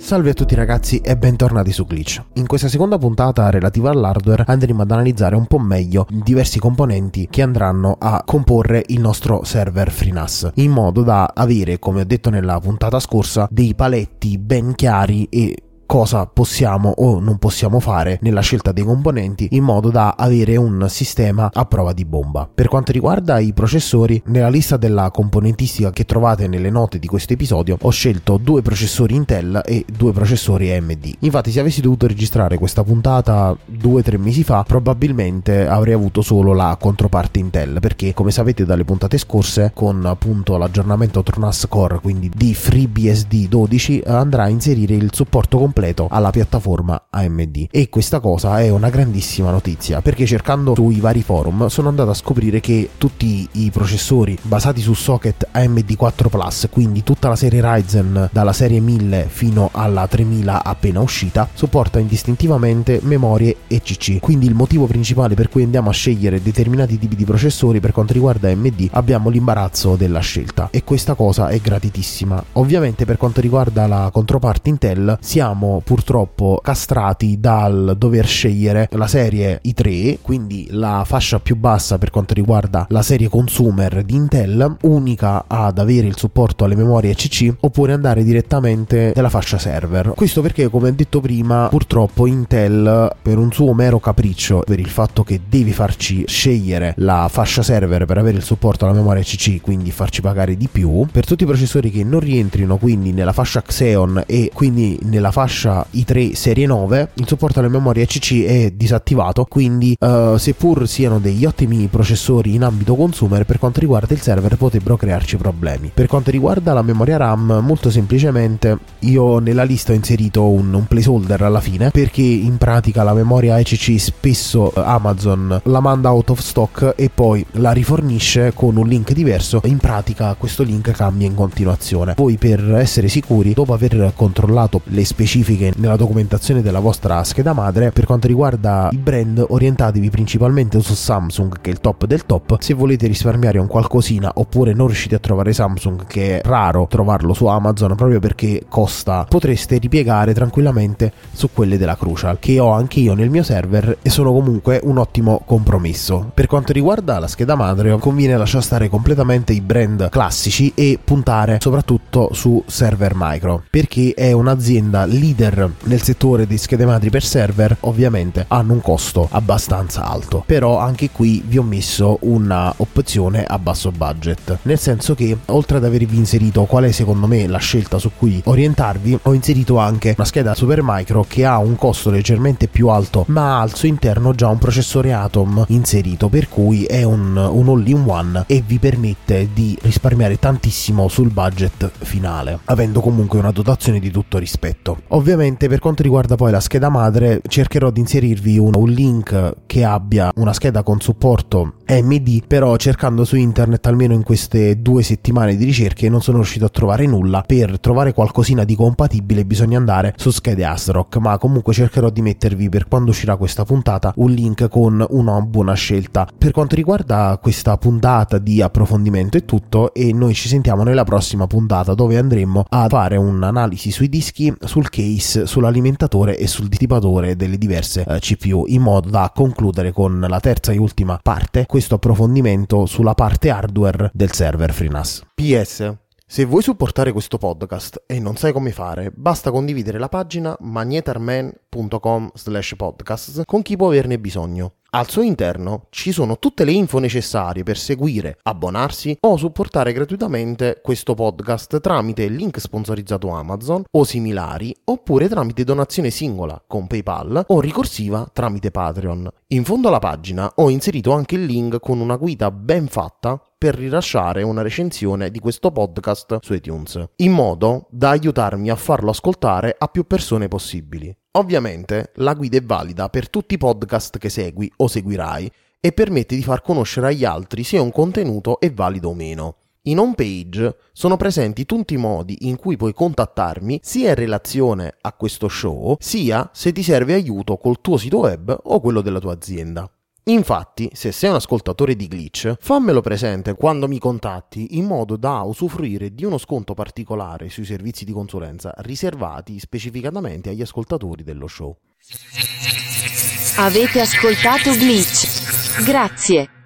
Salve a tutti ragazzi e bentornati su Glitch. In questa seconda puntata relativa all'hardware andremo ad analizzare un po' meglio diversi componenti che andranno a comporre il nostro server FreeNAS, in modo da avere, come ho detto nella puntata scorsa, dei paletti ben chiari e cosa possiamo o non possiamo fare nella scelta dei componenti, in modo da avere un sistema a prova di bomba. Per quanto riguarda i processori, nella lista della componentistica che trovate nelle note di questo episodio ho scelto 2 processori Intel e 2 processori AMD. Infatti, se avessi dovuto registrare questa puntata 2-3 mesi fa, probabilmente avrei avuto solo la controparte Intel, perché come sapete dalle puntate scorse, con appunto l'aggiornamento TrueNAS Core, quindi di FreeBSD 12, andrà a inserire il supporto completo alla piattaforma AMD, e questa cosa è una grandissima notizia, perché cercando sui vari forum sono andato a scoprire che tutti i processori basati su socket AMD 4 Plus, quindi tutta la serie Ryzen dalla serie 1000 fino alla 3000 appena uscita, supporta indistintivamente memorie ECC. Quindi il motivo principale per cui andiamo a scegliere determinati tipi di processori per quanto riguarda AMD, abbiamo l'imbarazzo della scelta, e questa cosa è gratitissima. Ovviamente per quanto riguarda la controparte Intel siamo purtroppo castrati dal dover scegliere la serie i3, quindi la fascia più bassa per quanto riguarda la serie consumer di Intel, unica ad avere il supporto alle memorie ECC, oppure andare direttamente nella fascia server. Questo perché, come ho detto prima, purtroppo Intel, per un suo mero capriccio, per il fatto che devi farci scegliere la fascia server per avere il supporto alla memoria ECC, quindi farci pagare di più, per tutti i processori che non rientrino quindi nella fascia Xeon e quindi nella fascia i3 serie 9, il supporto alle memorie ECC è disattivato, quindi seppur siano degli ottimi processori in ambito consumer, per quanto riguarda il server potrebbero crearci problemi. Per quanto riguarda la memoria RAM, molto semplicemente io nella lista ho inserito un placeholder alla fine, perché in pratica la memoria ECC spesso Amazon la manda out of stock e poi la rifornisce con un link diverso. In pratica questo link cambia in continuazione. Voi, per essere sicuri, dopo aver controllato le specifiche nella documentazione della vostra scheda madre, per quanto riguarda i brand, orientatevi principalmente su Samsung, che è il top del top. Se volete risparmiare un qualcosina oppure non riuscite a trovare Samsung, che è raro trovarlo su Amazon proprio perché costa, potreste ripiegare tranquillamente su quelle della Crucial, che ho anche io nel mio server e sono comunque un ottimo compromesso. Per quanto riguarda la scheda madre, conviene lasciare stare completamente i brand classici e puntare soprattutto su Servermicro, perché è un'azienda leader nel settore di schede madri per server. Ovviamente hanno un costo abbastanza alto, però anche qui vi ho messo una opzione a basso budget, nel senso che oltre ad avervi inserito qual è secondo me la scelta su cui orientarvi, ho inserito anche una scheda Supermicro che ha un costo leggermente più alto, ma ha al suo interno già un processore Atom inserito, per cui è un all-in-one e vi permette di risparmiare tantissimo sul budget finale, avendo comunque una dotazione di tutto rispetto. Ovviamente per quanto riguarda poi la scheda madre, cercherò di inserirvi un link che abbia una scheda con supporto AMD, però cercando su internet almeno in queste 2 settimane di ricerche non sono riuscito a trovare nulla. Per trovare qualcosina di compatibile bisogna andare su schede ASRock, ma comunque cercherò di mettervi, per quando uscirà questa puntata, un link con una buona scelta. Per quanto riguarda questa puntata di approfondimento è tutto, e noi ci sentiamo nella prossima puntata, dove andremo a fare un'analisi sui dischi, sul case, sull'alimentatore e sul dissipatore delle diverse CPU, in modo da concludere con la terza e ultima parte questo approfondimento sulla parte hardware del server FreeNAS. PS: se vuoi supportare questo podcast e non sai come fare, basta condividere la pagina magnetarman.com/podcast con chi può averne bisogno. Al suo interno ci sono tutte le info necessarie per seguire, abbonarsi o supportare gratuitamente questo podcast tramite il link sponsorizzato Amazon o similari, oppure tramite donazione singola con PayPal o ricorsiva tramite Patreon. In fondo alla pagina ho inserito anche il link con una guida ben fatta per rilasciare una recensione di questo podcast su iTunes, in modo da aiutarmi a farlo ascoltare a più persone possibili. Ovviamente la guida è valida per tutti i podcast che segui o seguirai e permette di far conoscere agli altri se un contenuto è valido o meno. In home page sono presenti tutti i modi in cui puoi contattarmi, sia in relazione a questo show, sia se ti serve aiuto col tuo sito web o quello della tua azienda. Infatti, se sei un ascoltatore di Glitch, fammelo presente quando mi contatti in modo da usufruire di uno sconto particolare sui servizi di consulenza riservati specificatamente agli ascoltatori dello show. Avete ascoltato Glitch. Grazie.